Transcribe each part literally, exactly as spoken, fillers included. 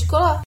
škola?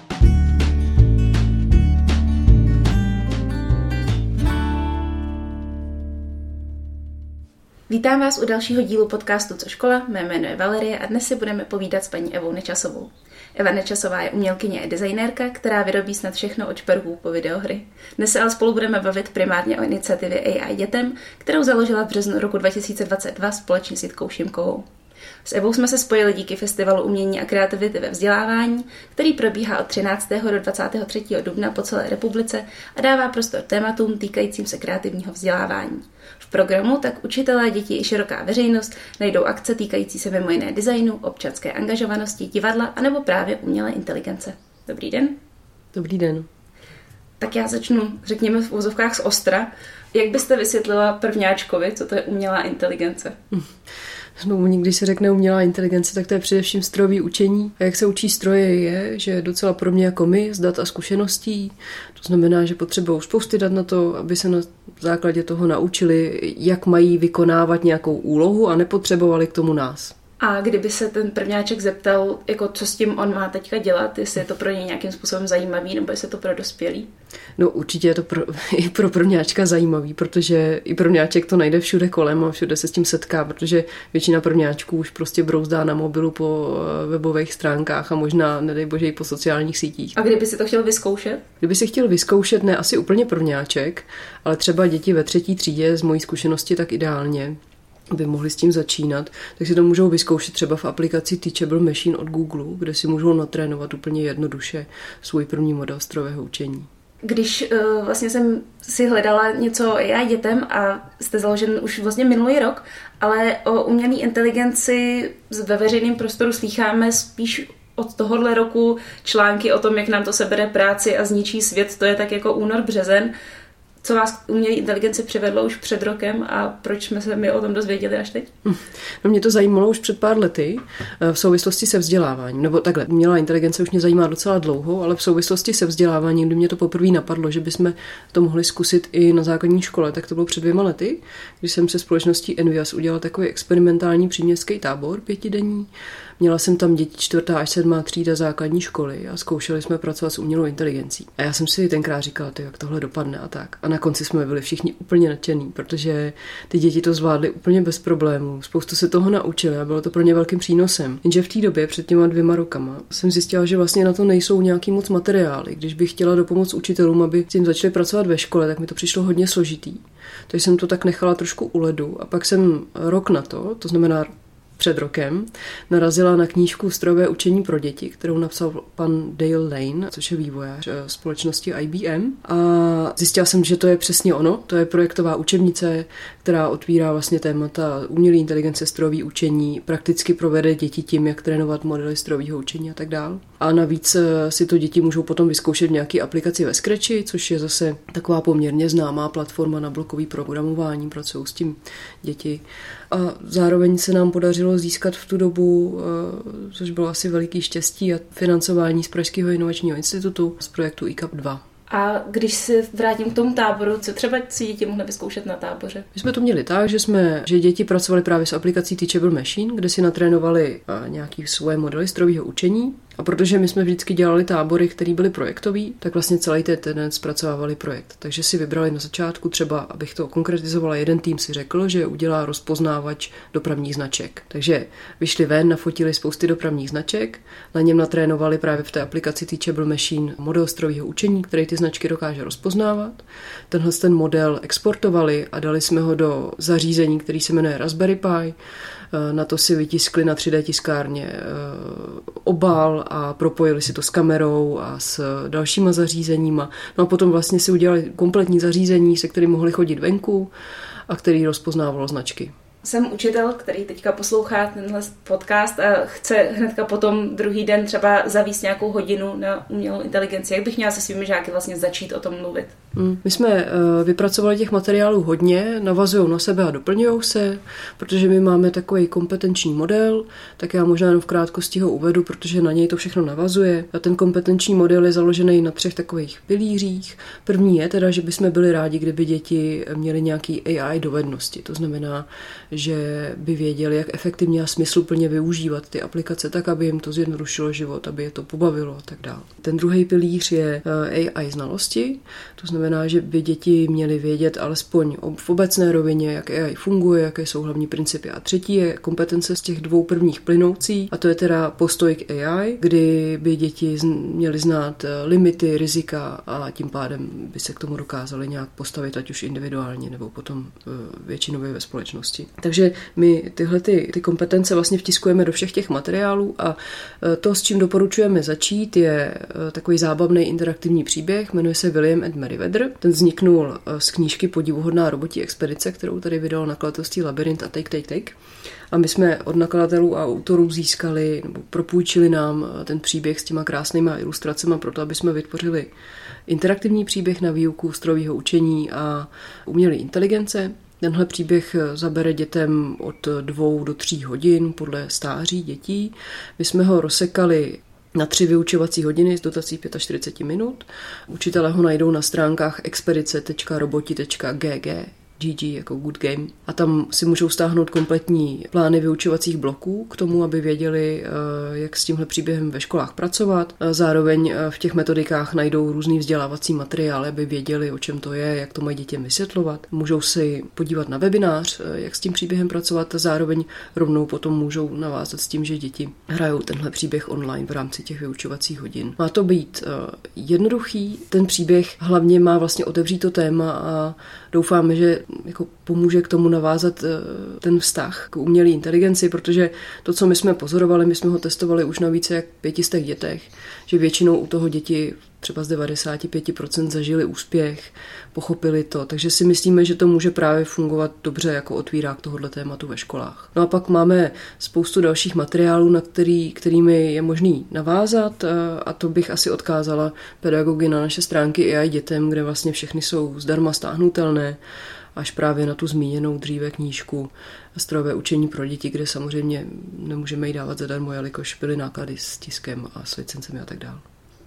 Vítám vás u dalšího dílu podcastu Co škola, mé jméno je Valerie a dnes si budeme povídat s paní Evou Nečasovou. Eva Nečasová je umělkyně a designérka, která vyrobí snad všechno od šperků po videohry. Dnes se ale spolu budeme bavit primárně o iniciativě A I dětem, kterou založila v březnu roku dva tisíce dvacet dva společně s Jitkou Šimkovou. S Evou jsme se spojili díky Festivalu umění a kreativity ve vzdělávání, který probíhá od třináctého do dvacátého třetího dubna po celé republice a dává prostor tématům týkajícím se kreativního vzdělávání. V programu tak učitelé, děti i široká veřejnost najdou akce týkající se mimo jiné designu, občanské angažovanosti, divadla anebo právě umělé inteligence. Dobrý den. Dobrý den. Tak já začnu, řekněme v úzovkách z ostra. Jak byste vysvětlila prvňáčkovi, co to je umělá inteligence? No, když se řekne umělá inteligence, tak to je především strojové učení. A jak se učí stroje je, že docela pro mě jako my z dat a zkušeností. To znamená, že potřebují spousty dat na to, aby se na základě toho naučili, jak mají vykonávat nějakou úlohu a nepotřebovali k tomu nás. A kdyby se ten prvňáček zeptal, jako co s tím on má teďka dělat, jestli je to pro něj nějakým způsobem zajímavý, nebo jestli je to pro dospělý? No určitě je to pro, i pro prvňáčka zajímavý, protože i prvňáček to najde všude kolem a všude se s tím setká, protože většina prvňáčků už prostě brouzdá na mobilu po webových stránkách a možná, nedej bože, i po sociálních sítích. A kdyby si to chtěl vyzkoušet? Kdyby si chtěl vyzkoušet, ne asi úplně prvňáček, ale třeba děti ve třetí třídě z mojí zkušenosti tak ideálně, aby mohli s tím začínat, tak si to můžou vyzkoušet třeba v aplikaci Teachable Machine od Google, kde si můžou natrénovat úplně jednoduše svůj první model strojového učení. Když uh, vlastně jsem si hledala něco A I dětem a jste založen už vlastně minulý rok, ale o umělé inteligenci ve veřejném prostoru slýcháme spíš od tohohle roku články o tom, jak nám to sebere práci a zničí svět, to je tak jako únor, březen. Co vás k umělé inteligenci přivedlo už před rokem a proč jsme se my o tom dozvěděli až teď? No, mě to zajímalo už před pár lety v souvislosti se vzděláváním. Nebo takhle, umělá inteligence už mě zajímá docela dlouho, ale v souvislosti se vzděláváním, kdy mě to poprvé napadlo, že bychom to mohli zkusit i na základní škole, tak to bylo před dvěma lety, když jsem se společností Envias udělal takový experimentální příměstský tábor pětidenní. Měla jsem tam děti čtvrtá až sedmá třída základní školy a zkoušeli jsme pracovat s umělou inteligencí. A já jsem si tenkrát říkala, ty, jak tohle dopadne a tak. A na konci jsme byli všichni úplně nadšení, protože ty děti to zvládly úplně bez problémů. Spoustu se toho naučili a bylo to pro ně velkým přínosem. Jenže v té době, před těma dvěma rokama, jsem zjistila, že vlastně na to nejsou nějaký moc materiály. Když bych chtěla dopomoct učitelům, aby s tím začali pracovat ve škole, tak mi to přišlo hodně složitý. Takže jsem to tak nechala trošku u ledu a pak jsem rok na to, to znamená před rokem, narazila na knížku Strojové učení pro děti, kterou napsal pan Dale Lane, což je vývojář společnosti I B M. A zjistila jsem, že to je přesně ono. To je projektová učebnice, která otvírá vlastně témata umělé inteligence, strojové učení, prakticky provede děti tím, jak trénovat modely strojového učení a tak dál. A navíc si to děti můžou potom vyzkoušet v nějaké aplikaci ve Scratchi, což je zase taková poměrně známá platforma na blokový programování, pracují s tím děti. A zároveň se nám podařilo získat v tu dobu, což bylo asi veliký štěstí, a financování z Pražského inovačního institutu z projektu I C A P dva. A když se vrátím k tomu táboru, co třeba si děti mohly vyzkoušet na táboře? My jsme to měli tak, že jsme, že děti pracovali právě s aplikací Teachable Machine, kde si natrénovali nějaký svoje modely strojového učení. A protože my jsme vždycky dělali tábory, které byly projektový, tak vlastně celý ten zpracovávali projekt. Takže si vybrali na začátku třeba, abych to konkretizovala, jeden tým si řekl, že udělá rozpoznávač dopravních značek. Takže vyšli ven, nafotili spousty dopravních značek, na něm natrénovali právě v té aplikaci Teachable Machine model strojového učení, který ty značky dokáže rozpoznávat. Tenhle ten model exportovali a dali jsme ho do zařízení, který se jmenuje Raspberry Pi. Na to si vytiskli na tři dé tiskárně obal a propojili si to s kamerou a s dalšíma zařízeníma. No a potom vlastně si udělali kompletní zařízení, se kterým mohli chodit venku a který rozpoznávalo značky. Jsem učitel, který teďka poslouchá tenhle podcast a chce hnedka potom druhý den třeba zavíst nějakou hodinu na umělou inteligenci. Jak bych měla se svými žáky vlastně začít o tom mluvit? Hmm. My jsme uh, vypracovali těch materiálů hodně, navazují na sebe a doplňují se, protože my máme takový kompetenční model, tak já možná jenom v krátkosti ho uvedu, protože na něj to všechno navazuje. A ten kompetenční model je založený na třech takových pilířích. První je teda, že bychom byli rádi, kdyby děti měly nějaký A I dovednosti. To znamená, že by věděli, jak efektivně a smysluplně využívat ty aplikace tak, aby jim to zjednodušilo život, aby je to pobavilo a tak dále. Ten druhý pilíř je A I znalosti, to znamená, že by děti měly vědět alespoň v obecné rovině, jak A I funguje, jaké jsou hlavní principy. A třetí je kompetence z těch dvou prvních plynoucí, a to je teda postoj k A I, kdy by děti měly znát limity, rizika a tím pádem by se k tomu dokázali nějak postavit, ať už individuálně nebo potom většinově ve společnosti. Takže my tyhle ty, ty kompetence vlastně vtiskujeme do všech těch materiálů a to, s čím doporučujeme začít, je takový zábavný interaktivní příběh, jmenuje se William and Meriwether. Ten vzniknul z knížky Podivuhodná robotí expedice, kterou tady vydalo nakladatelství Labyrint a Take, Take, Take. A my jsme od nakladatelů a autorů získali, nebo propůjčili nám ten příběh s těma krásnýma ilustracemi proto, aby jsme vytvořili interaktivní příběh na výuku strojového učení a umělé inteligence. Tenhle příběh zabere dětem od dvou do tří hodin podle stáří dětí. My jsme ho rozsekali na tři vyučovací hodiny s dotací čtyřicet pět minut. Učitelé ho najdou na stránkách expedice tečka roboti tečka g g. G G jako good game. A tam si můžou stáhnout kompletní plány vyučovacích bloků k tomu, aby věděli, jak s tímhle příběhem ve školách pracovat. Zároveň v těch metodikách najdou různý vzdělávací materiály, aby věděli, o čem to je, jak to mají dětem vysvětlovat. Můžou si podívat na webinář, jak s tím příběhem pracovat a zároveň rovnou potom můžou navázat s tím, že děti hrajou tenhle příběh online v rámci těch vyučovacích hodin. Má to být jednoduchý. Ten příběh hlavně má vlastně otevřít to téma a doufáme, že jako pomůže k tomu navázat ten vztah k umělé inteligenci, protože to, co my jsme pozorovali, my jsme ho testovali už na více jak pětistek dětech, že většinou u toho děti třeba z devadesát pět procent zažili úspěch, pochopili to, takže si myslíme, že to může právě fungovat dobře jako otvírák tohoto tématu ve školách. No a pak máme spoustu dalších materiálů, na který, kterými je možný navázat a to bych asi odkázala pedagogy na naše stránky A I dětem, kde vlastně všechny jsou zdarma stáhnutelné, až právě na tu zmíněnou dříve knížku Strojové učení pro děti, kde samozřejmě nemůžeme ji dávat zadarmo, jelikož byly náklady s tiskem a s licencemi a tak dále.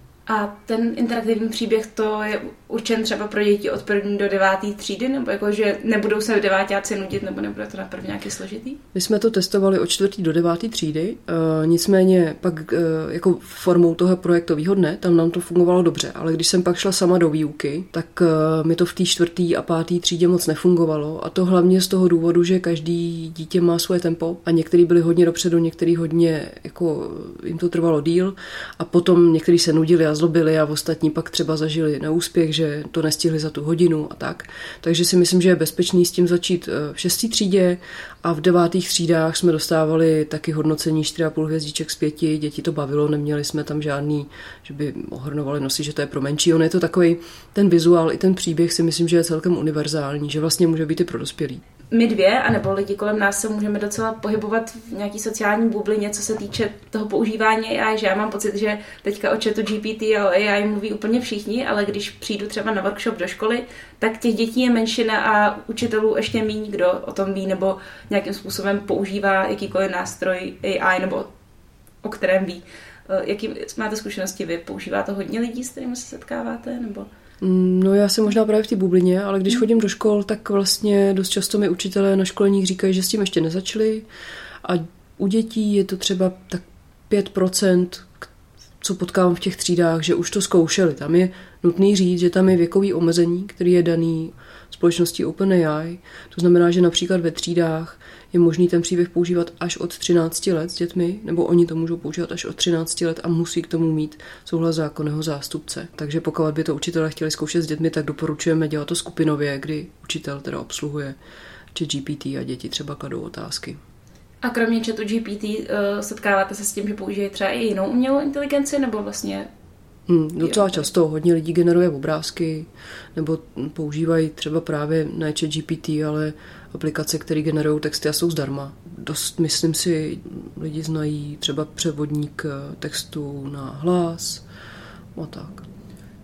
A ten interaktivní příběh, to je určen třeba pro děti od první do deváté třídy, nebo jako, že nebudou se deváťáci nudit, nebo nebude to na první nějaký složitý? My jsme to testovali od čtvrtý do deváté třídy, e, nicméně pak e, jako formou toho projektového dne, tam nám to fungovalo dobře, ale když jsem pak šla sama do výuky, tak e, mi to v té čtvrtý a páté třídě moc nefungovalo a to hlavně z toho důvodu, že každý dítě má svoje tempo a některý byli hodně dopředu, některý hodně, jako jim to trvalo díl a potom některý se nudili a zlobili a ostatní pak třeba zažili neúspěch, že to nestihli za tu hodinu a tak. Takže si myslím, že je bezpečný s tím začít v šesté třídě a v devátých třídách jsme dostávali taky hodnocení čtyři a půl hvězdiček z pěti, děti to bavilo, neměli jsme tam žádný, že by ohrnovali nosy, že to je pro menší. On je to takový, ten vizuál i ten příběh si myslím, že je celkem univerzální, že vlastně může být i pro dospělý. My dvě, anebo lidi kolem nás se můžeme docela pohybovat v nějaký sociální bublině, co se týče toho používání A I, že já mám pocit, že teďka o chatu G P T a o A I mluví úplně všichni, ale když přijdu třeba na workshop do školy, tak těch dětí je menšina a učitelů ještě míň, kdo o tom ví nebo nějakým způsobem používá jakýkoliv nástroj A I nebo o kterém ví. Jaký máte zkušenosti vy? Používá to hodně lidí, s kterými se setkáváte? Nebo... No já jsem možná právě v té bublině, ale když chodím do škol, tak vlastně dost často mi učitelé na školeních říkají, že s tím ještě nezačali a u dětí je to třeba tak pět procent, co potkávám v těch třídách, že už to zkoušeli. Tam je nutný říct, že tam je věkový omezení, který je daný společností OpenAI. To znamená, že například ve třídách je možný ten příběh používat až od třinácti let s dětmi, nebo oni to můžou používat až od třinácti let a musí k tomu mít souhlas zákonného zástupce. Takže pokud by to učitelé chtěli zkoušet s dětmi, tak doporučujeme dělat to skupinově, kdy učitel teda obsluhuje či G P T a děti třeba kladou otázky. A kromě chatu G P T uh, setkáváte se s tím, že použijí třeba i jinou umělou inteligenci, nebo vlastně... Hmm, docela často. Hodně lidí generuje obrázky, nebo používají třeba právě ne chat G P T, ale aplikace, které generují texty a jsou zdarma. Dost, myslím si, lidi znají třeba převodník textu na hlas a tak.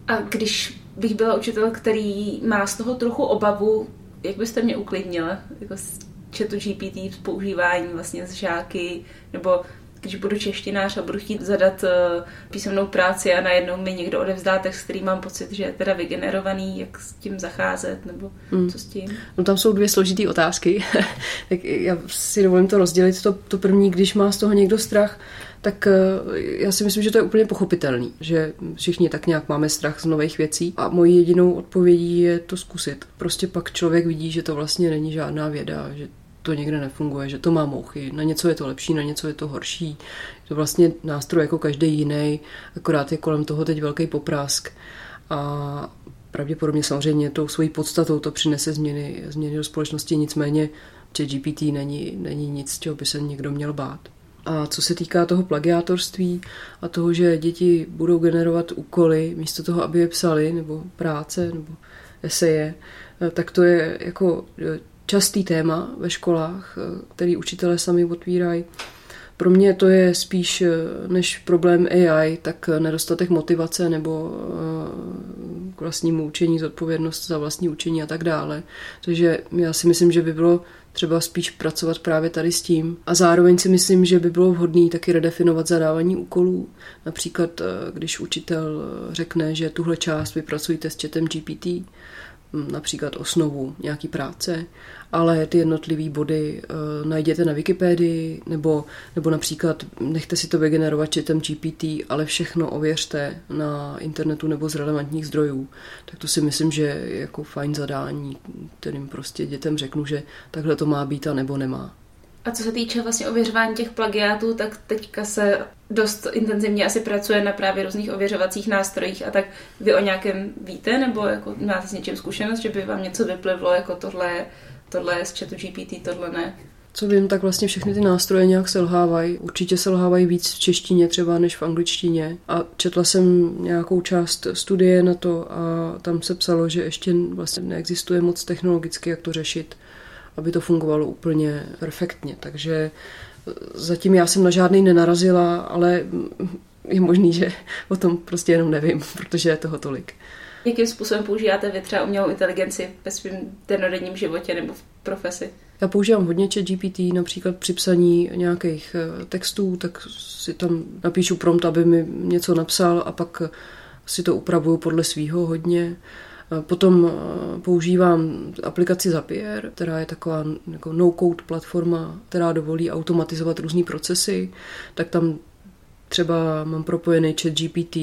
A když bych byla učitel, který má z toho trochu obavu, jak byste mě uklidnila? Jako z chatu G P T, z používání vlastně z žáky, nebo když budu češtinář a budu chtít zadat uh, písemnou práci a najednou mi někdo odevzdá text, který mám pocit, že je teda vygenerovaný, jak s tím zacházet, nebo hmm. co s tím? No tam jsou dvě složitý otázky. Tak já si dovolím to rozdělit. To, to první, když má z toho někdo strach, tak já si myslím, že to je úplně pochopitelný, že všichni tak nějak máme strach z nových věcí a mojí jedinou odpovědí je to zkusit. Prostě pak člověk vidí, že to vlastně není žádná věda, že to někde nefunguje, že to má mouchy, na něco je to lepší, na něco je to horší. Je to vlastně nástroj jako každý jiný, akorát je kolem toho teď velký poprásk a pravděpodobně samozřejmě tou svojí podstatou to přinese změny, změny do společnosti, nicméně ChatGPT není, není nic, čeho by se někdo měl bát. A co se týká toho plagiátorství a toho, že děti budou generovat úkoly místo toho, aby je psali, nebo práce, nebo eseje, tak to je jako častý téma ve školách, který učitelé sami otvírají. Pro mě to je spíš než problém A I, tak nedostatek motivace nebo k vlastnímu učení, zodpovědnost za vlastní učení a tak dále. Takže já si myslím, že by bylo třeba spíš pracovat právě tady s tím. A zároveň si myslím, že by bylo vhodné taky redefinovat zadávání úkolů. Například, když učitel řekne, že tuhle část vypracujte s chatem G P T, například osnovu nějaký práce, ale ty jednotlivý body uh, najděte na Wikipedii, nebo, nebo například nechte si to vygenerovat chatem G P T, ale všechno ověřte na internetu nebo z relevantních zdrojů. Tak to si myslím, že je jako fajn zadání, kterým prostě dětem řeknu, že takhle to má být a nebo nemá. A co se týče vlastně ověřování těch plagiátů, tak teďka se dost intenzivně asi pracuje na právě různých ověřovacích nástrojích a tak vy o nějakém víte, nebo jako máte s něčím zkušenost, že by vám něco vyplivlo, jako tohle, tohle je z chatu G P T, tohle ne? Co vím, tak vlastně všechny ty nástroje nějak selhávají. Určitě selhávají víc v češtině třeba než v angličtině. A četla jsem nějakou část studie na to a tam se psalo, že ještě vlastně neexistuje moc technologicky, jak to řešit, aby to fungovalo úplně perfektně. Takže zatím já jsem na žádný nenarazila, ale je možný, že o tom prostě jenom nevím, protože je toho tolik. Jakým způsobem používáte vy třeba umělou inteligenci ve svém dennodenním životě nebo v profesi? Já používám hodně ChatGPT, například při psaní nějakých textů, tak si tam napíšu prompt, aby mi něco napsal a pak si to upravuju podle svýho hodně. Potom používám aplikaci Zapier, která je taková jako no-code platforma, která dovolí automatizovat různý procesy, tak tam třeba mám propojený ChatGPT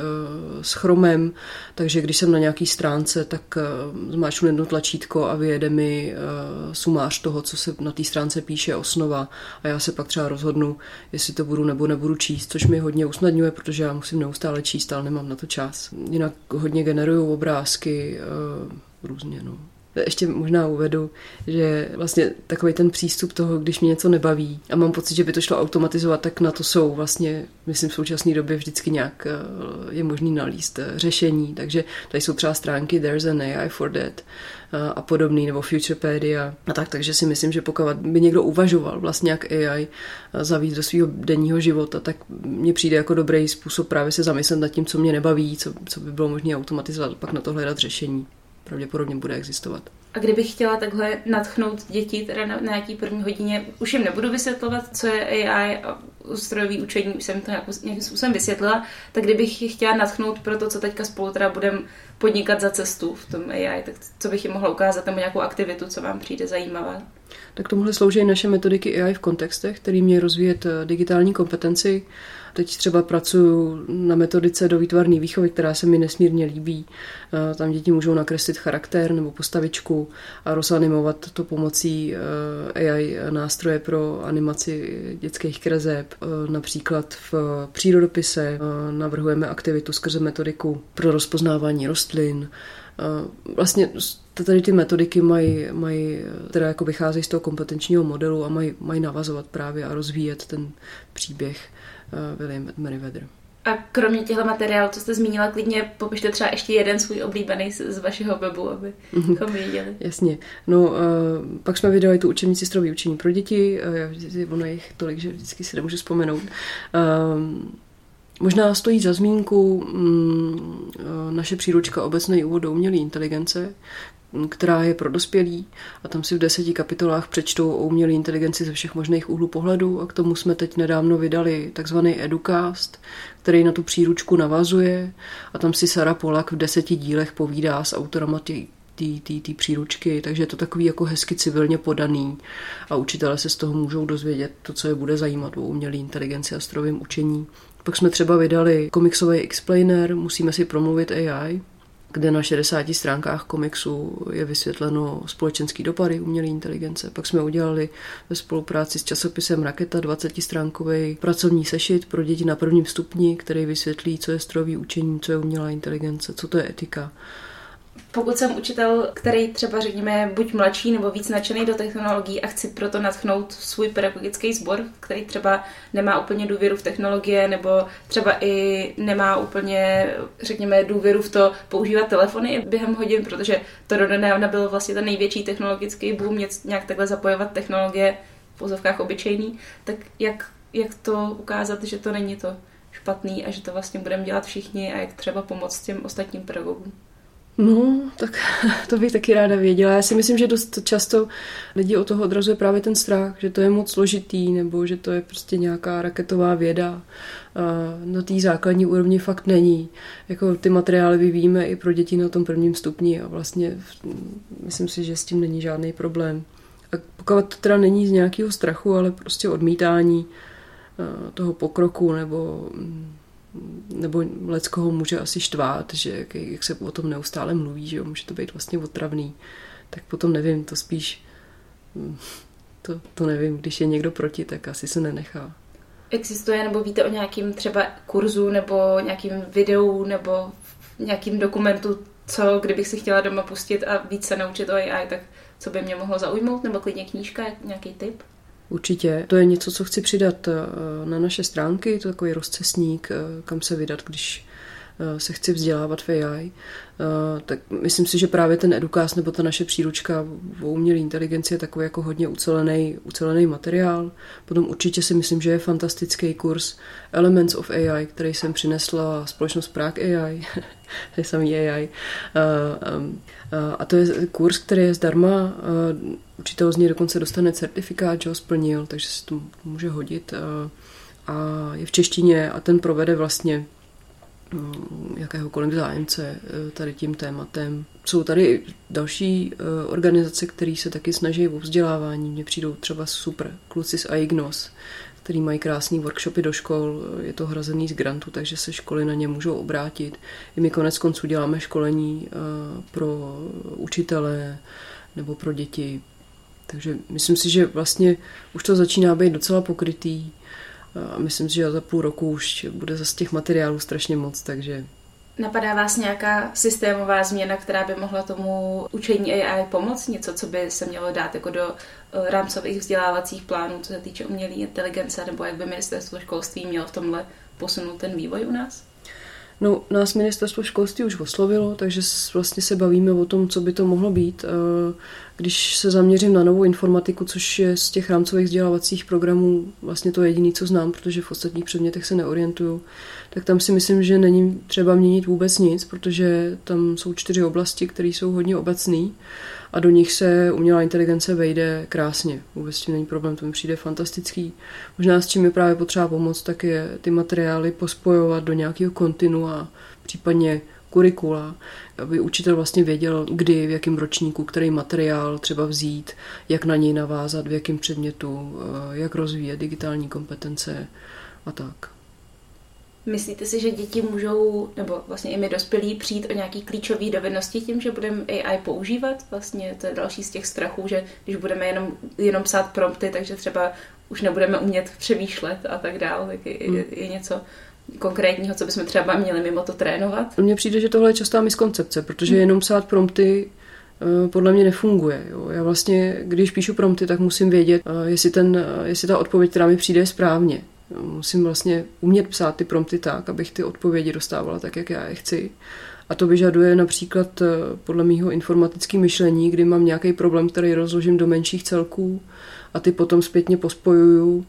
s Chromem, takže když jsem na nějaký stránce, tak zmáčknu jedno tlačítko a vyjede mi sumář toho, co se na té stránce píše, osnova, a já se pak třeba rozhodnu, jestli to budu nebo nebudu číst, což mi hodně usnadňuje, protože já musím neustále číst, ale nemám na to čas. Jinak hodně generuju obrázky, různě, no. Ještě možná uvedu, že vlastně takový ten přístup toho, když mě něco nebaví a mám pocit, že by to šlo automatizovat, tak na to jsou vlastně, myslím, v současné době vždycky nějak je možný nalíst řešení. Takže tady jsou třeba stránky There's an A I for that a podobný, nebo Futurepedia a tak, takže si myslím, že pokud by někdo uvažoval vlastně jak A I zavít do svého denního života, tak mně přijde jako dobrý způsob právě se zamyslet nad tím, co mě nebaví, co, co by bylo možné automatizovat, pak na to hledat řešení. Pravděpodobně bude existovat. A kdybych chtěla takhle nadchnout děti teda na, na nějaký první hodině, už jim nebudu vysvětlovat, co je A I a strojový učení, už jsem to nějakým způsobem vysvětlila, tak kdybych je chtěla nadchnout pro to, co teďka spolu teda budeme podnikat za cestu v tom A I, tak co bych jim mohla ukázat, nebo nějakou aktivitu, co vám přijde zajímavá? Tak tomuhle slouží naše metodiky A I v kontextech, který mě rozvíjet digitální kompetenci. Teď třeba pracuji na metodice do výtvarné výchovy, která se mi nesmírně líbí. Tam děti můžou nakreslit charakter nebo postavičku a rozanimovat to pomocí A I nástroje pro animaci dětských kreseb. Například v přírodopise navrhujeme aktivitu skrze metodiku pro rozpoznávání rostlin. Vlastně tady ty metodiky mají, mají teda jako vycházejí z toho kompetenčního modelu a mají, mají navazovat právě a rozvíjet ten příběh William Merriweather. A kromě těchto materiálů, co jste zmínila, klidně popište třeba ještě jeden svůj oblíbený z, z vašeho webu, abychom viděli. Jasně. No, uh, pak jsme vydali tu učebnici strojový učení pro děti. Uh, ono je jich tolik, že vždycky si nemůžu vzpomenout. Uh, Možná stojí za zmínku mm, naše příručka Obecný úvod do umělé inteligence, která je pro dospělí a tam si v deseti kapitolách přečtou o umělé inteligenci ze všech možných úhlů pohledu a k tomu jsme teď nedávno vydali takzvaný Educast, který na tu příručku navazuje a tam si Sara Polak v deseti dílech povídá s autorama té příručky, takže je to takový jako hezky civilně podaný a učitelé se z toho můžou dozvědět to, co je bude zajímat o umělé inteligenci a strojovém učení. Pak jsme třeba vydali komiksový explainer, musíme si promluvit A I, kde na šedesáti stránkách komiksu je vysvětleno společenský dopady umělé inteligence. Pak jsme udělali ve spolupráci s časopisem Raketa dvacetistránkový pracovní sešit pro děti na prvním stupni, který vysvětlí, co je strojové učení, co je umělá inteligence, co to je etika. Pokud jsem učitel, který třeba řekněme buď mladší nebo víc nadšený do technologií a chci proto nadchnout svůj pedagogický sbor, který třeba nemá úplně důvěru v technologie nebo třeba i nemá úplně, řekněme, důvěru v to používat telefony během hodin, protože to dodnedávna byl vlastně ten největší technologický boom, nějak takhle zapojovat technologie v vozovkách obyčejný, tak jak, jak to ukázat, že to není to špatný a že to vlastně budeme dělat všichni a jak třeba pomoct těm ostatním pedagogům? No, tak to bych taky ráda věděla. Já si myslím, že dost často lidi od toho odrazuje právě ten strach, že to je moc složitý, nebo že to je prostě nějaká raketová věda. Na té základní úrovni fakt není. Jako ty materiály vyvíjíme i pro děti na tom prvním stupni a vlastně myslím si, že s tím není žádný problém. A pokud to teda není z nějakého strachu, ale prostě odmítání toho pokroku nebo... nebo leckoho může asi štvát, že jak se o tom neustále mluví, že jo, může to být vlastně otravný, tak potom nevím, to spíš to, to nevím, když je někdo proti, tak asi se nenechá. Existuje, nebo víte o nějakým třeba kurzu, nebo nějakým videu, nebo nějakým dokumentu, co kdybych si chtěla doma pustit a víc se naučit o A I, tak co by mě mohlo zaujmout, nebo klidně knížka, nějaký tip? Určitě. To je něco, co chci přidat na naše stránky, to je takový rozcestník, kam se vydat, když se chci vzdělávat v A I. Tak myslím si, že právě ten Educast nebo ta naše příručka o umělé inteligenci je takový jako hodně ucelený, ucelený materiál. Potom určitě si myslím, že je fantastický kurz Elements of A I, který jsem přinesla společnost Prague A I, to je samý A I. A to je kurz, který je zdarma. Učitel z něj dokonce dostane certifikát, že ho splnil, takže se to může hodit. A je v češtině a ten provede vlastně jakéhokoliv zájemce tady tím tématem. Jsou tady další organizace, které se taky snaží o vzdělávání. Mně přijdou třeba super kluci z AIGNOS, který mají krásný workshopy do škol, je to hrazený z grantu, takže se školy na ně můžou obrátit. I my konec konců děláme školení pro učitele nebo pro děti. Takže myslím si, že vlastně už to začíná být docela pokrytý. A myslím si, že za půl roku už bude zase těch materiálů strašně moc, takže... Napadá vás nějaká systémová změna, která by mohla tomu učení A I pomoct? Něco, co by se mělo dát jako do rámcových vzdělávacích plánů, co se týče umělé inteligence, nebo jak by ministerstvo školství mělo v tomhle posunout ten vývoj u nás? No, nás ministerstvo školství už oslovilo, takže vlastně se bavíme o tom, co by to mohlo být. Když se zaměřím na novou informatiku, což je z těch rámcových vzdělávacích programů vlastně to jediné, co znám, protože v ostatních předmětech se neorientuju, tak tam si myslím, že není třeba měnit vůbec nic, protože tam jsou čtyři oblasti, které jsou hodně obecné a do nich se umělá inteligence vejde krásně. Vůbec tím není problém, to mi přijde fantastický. Možná s čím je právě potřeba pomoct, tak je ty materiály pospojovat do nějakého kontinua, případně kurikula, aby učitel vlastně věděl, kdy, v jakém ročníku, který materiál třeba vzít, jak na něj navázat, v jakém předmětu, jak rozvíjet digitální kompetence a tak. Myslíte si, že děti můžou, nebo vlastně i my dospělí, přijít o nějaký klíčové dovednosti tím, že budeme A I používat? Vlastně to je další z těch strachů, že když budeme jenom, jenom psát prompty, takže třeba už nebudeme umět přemýšlet a tak dále, tak je, hmm. je, je něco konkrétního, co bychom třeba měli mimo to trénovat? Mně přijde, že tohle je častá miskoncepce, protože jenom psát prompty podle mě nefunguje. Jo. Já vlastně, když píšu prompty, tak musím vědět, jestli, ten, jestli ta odpověď, která mi přijde, je správně. Musím vlastně umět psát ty prompty tak, abych ty odpovědi dostávala tak, jak já je chci. A to vyžaduje například podle mýho informatické myšlení, kdy mám nějaký problém, který rozložím do menších celků a ty potom zpětně pospojuju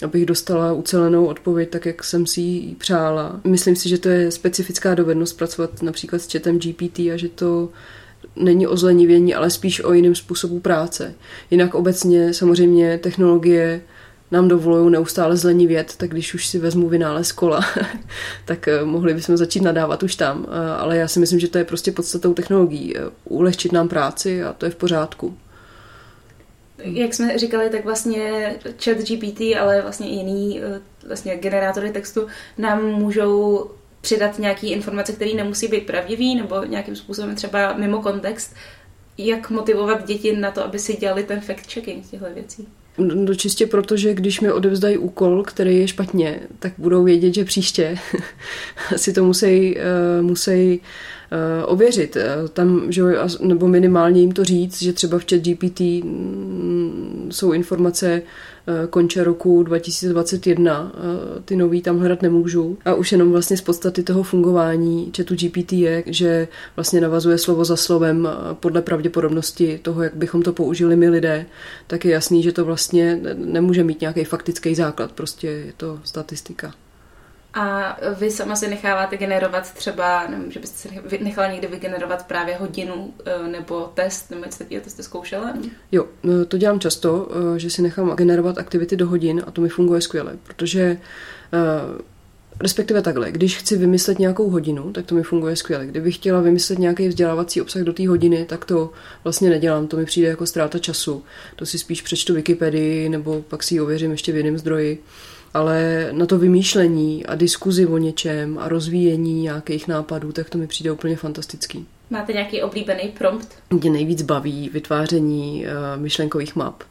abych dostala ucelenou odpověď tak, jak jsem si ji přála. Myslím si, že to je specifická dovednost pracovat například s chatem G P T a že to není o zlenivění, ale spíš o jiném způsobu práce. Jinak obecně samozřejmě technologie nám dovolují neustále zlenivět, tak když už si vezmu vynález kola, tak mohli bychom začít nadávat už tam. Ale já si myslím, že to je prostě podstatou technologií. Ulehčit nám práci a to je v pořádku. Jak jsme říkali, tak vlastně chat G P T, ale vlastně i jiný vlastně generátory textu nám můžou přidat nějaké informace, které nemusí být pravdivý nebo nějakým způsobem třeba mimo kontext. Jak motivovat děti na to, aby si dělali ten fact-checking těchto věcí? No čistě proto, že když mi odevzdají úkol, který je špatně, tak budou vědět, že příště si to musí, uh, musí uh, ověřit. Tam, že, nebo minimálně jim to říct, že třeba v chat G P T mm, jsou informace uh, konče roku dva tisíce dvacet jedna, uh, ty nový tam hledat nemůžu. A už jenom vlastně z podstaty toho fungování chatu G P T je, že vlastně navazuje slovo za slovem podle pravděpodobnosti toho, jak bychom to použili my lidé, tak je jasný, že to vlastně nemůže mít nějaký faktický základ, prostě je to statistika. A vy sama si necháváte generovat třeba, nevím, že byste si nechala někdy vygenerovat právě hodinu nebo test, nebo něco takového, to jste zkoušela? Ne? Jo, to dělám často, že si nechám generovat aktivity do hodin a to mi funguje skvěle, protože respektive takhle, když chci vymyslet nějakou hodinu, tak to mi funguje skvěle. Kdybych chtěla vymyslet nějaký vzdělávací obsah do té hodiny, tak to vlastně nedělám, to mi přijde jako ztráta času. To si spíš přečtu Wikipedii nebo pak si ji ověřím ještě v jiném zdroji. Ale na to vymýšlení a diskuzi o něčem a rozvíjení nějakých nápadů, tak to mi přijde úplně fantastický. Máte nějaký oblíbený prompt? Mě nejvíc baví vytváření uh, myšlenkových map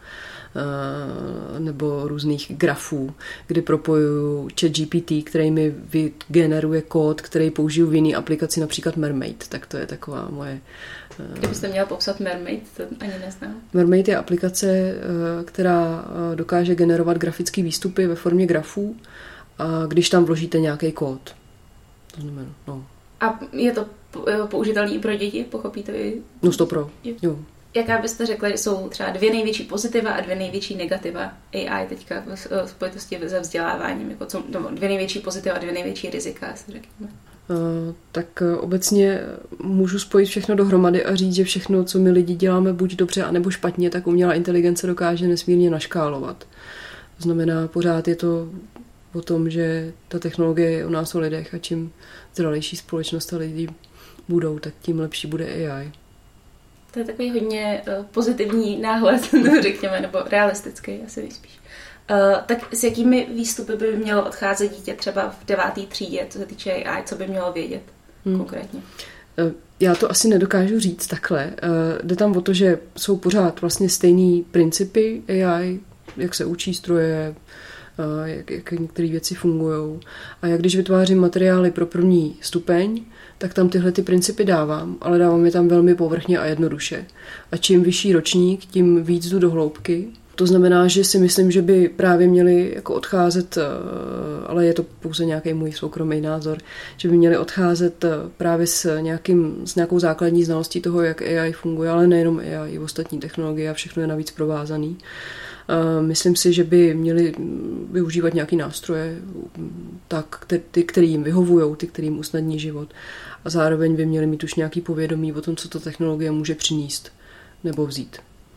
nebo různých grafů, kdy propojuju chat G P T, který mi vygeneruje kód, který použiju v jiné aplikaci, například Mermaid, tak to je taková moje... Kdybyste měla popsat Mermaid, to ani neznám. Mermaid je aplikace, která dokáže generovat grafické výstupy ve formě grafů, a když tam vložíte nějaký kód. To znamená, no. A je to použitelný i pro děti, pochopíte vy? No sto pro, jo. Jaká byste řekla, že jsou třeba dvě největší pozitiva a dvě největší negativa A I teďka v spojitosti se vzděláváním? Jako co, dvě největší pozitiva a dvě největší rizika, si řekněme. Uh, tak uh, obecně můžu spojit všechno dohromady a říct, že všechno, co my lidi děláme buď dobře, anebo špatně, tak umělá inteligence dokáže nesmírně naškálovat. To znamená, pořád je to o tom, že ta technologie je o nás o lidech a čím zralejší společnost a lidi budou, tak tím lepší bude A I. To je takový hodně uh, pozitivní náhled, řekněme, nebo realistický, asi nejspíš. Uh, tak s jakými výstupy by mělo odcházet dítě třeba v deváté třídě, co se týče A I, co by mělo vědět hmm. konkrétně? Uh, já to asi nedokážu říct takhle. Uh, jde tam o to, že jsou pořád vlastně stejný principy A I, jak se učí stroje, uh, jak, jak některé věci fungují. A jak když vytvářím materiály pro první stupeň, tak tam tyhle ty principy dávám, ale dávám je tam velmi povrchně a jednoduše. A čím vyšší ročník, tím víc jdu do hloubky. To znamená, že si myslím, že by právě měli jako odcházet, ale je to pouze nějaký můj soukromý názor, že by měli odcházet právě s, nějakým, s nějakou základní znalostí toho, jak A I funguje, ale nejenom A I, i ostatní technologie a všechno je navíc provázaný. Myslím si, že by měli využívat nějaké nástroje, tak, ty, který jim vyhovují, ty, který jim usnadní život. A zároveň by měli mít už nějaký povědomí o tom, co ta technologie může přinést nebo vzít.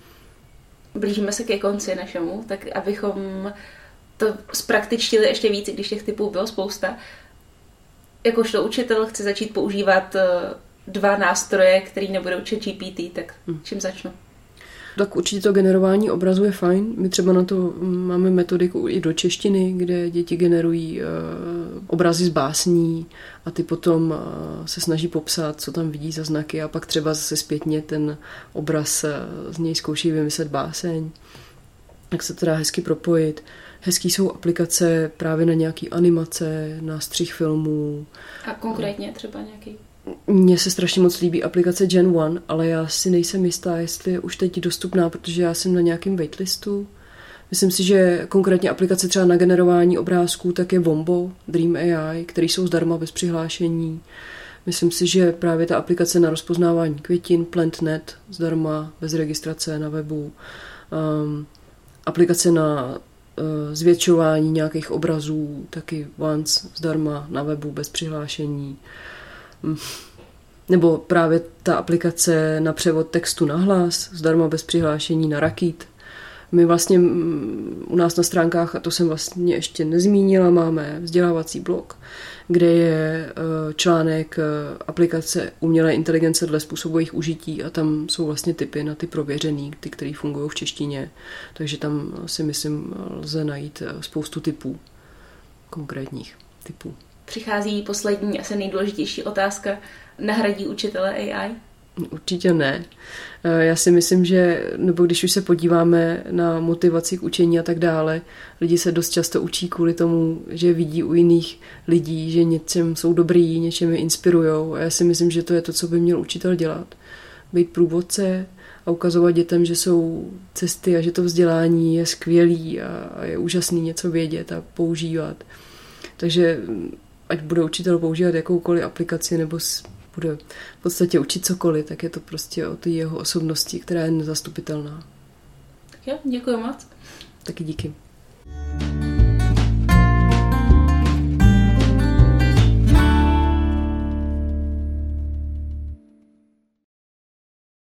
Blížíme se ke konci našemu, tak abychom to zpraktičtili ještě víc, když těch typů bylo spousta. Jakožto učitel chci začít používat dva nástroje, který nebudou chat G P T, tak čím začnu? Tak určitě to generování obrazu je fajn. My třeba na to máme metodiku i do češtiny, kde děti generují uh, obrazy z básní a ty potom uh, se snaží popsat, co tam vidí za znaky a pak třeba zase zpětně ten obraz uh, z něj zkouší vymyslet báseň. Jak se to dá hezky propojit. Hezký jsou aplikace právě na nějaký animace, na střih filmů. A konkrétně třeba nějaký? Mně se strašně moc líbí aplikace Gen One, ale já si nejsem jistá, jestli je už teď dostupná, protože já jsem na nějakém waitlistu. Myslím si, že konkrétně aplikace třeba na generování obrázků, tak je Wombo, Dream A I, který jsou zdarma bez přihlášení. Myslím si, že právě ta aplikace na rozpoznávání květin, PlantNet, zdarma, bez registrace na webu. Um, aplikace na zvětšování nějakých obrazů, taky once zdarma na webu bez přihlášení. Nebo právě ta aplikace na převod textu na hlas, zdarma bez přihlášení na Rakit. My vlastně u nás na stránkách, a to jsem vlastně ještě nezmínila, máme vzdělávací blog, kde je článek aplikace umělé inteligence dle způsobu jejich užití a tam jsou vlastně tipy na ty prověřený, ty, které fungují v češtině. Takže tam si myslím lze najít spoustu typů, konkrétních typů. Přichází poslední, asi nejdůležitější otázka. Nahradí učitele A I? Určitě ne. Já si myslím, že, nebo když už se podíváme na motivaci k učení a tak dále, lidi se dost často učí kvůli tomu, že vidí u jiných lidí, že něčem jsou dobrý, něčem je inspirujou. A já si myslím, že to je to, co by měl učitel dělat. Být průvodce a ukazovat dětem, že jsou cesty a že to vzdělání je skvělý a je úžasný něco vědět a používat. Takže ať bude učitel používat jakoukoliv aplikaci nebo bude v podstatě učit cokoliv, tak je to prostě o té jeho osobnosti, která je nezastupitelná. Tak jo, děkuji moc. Taky díky.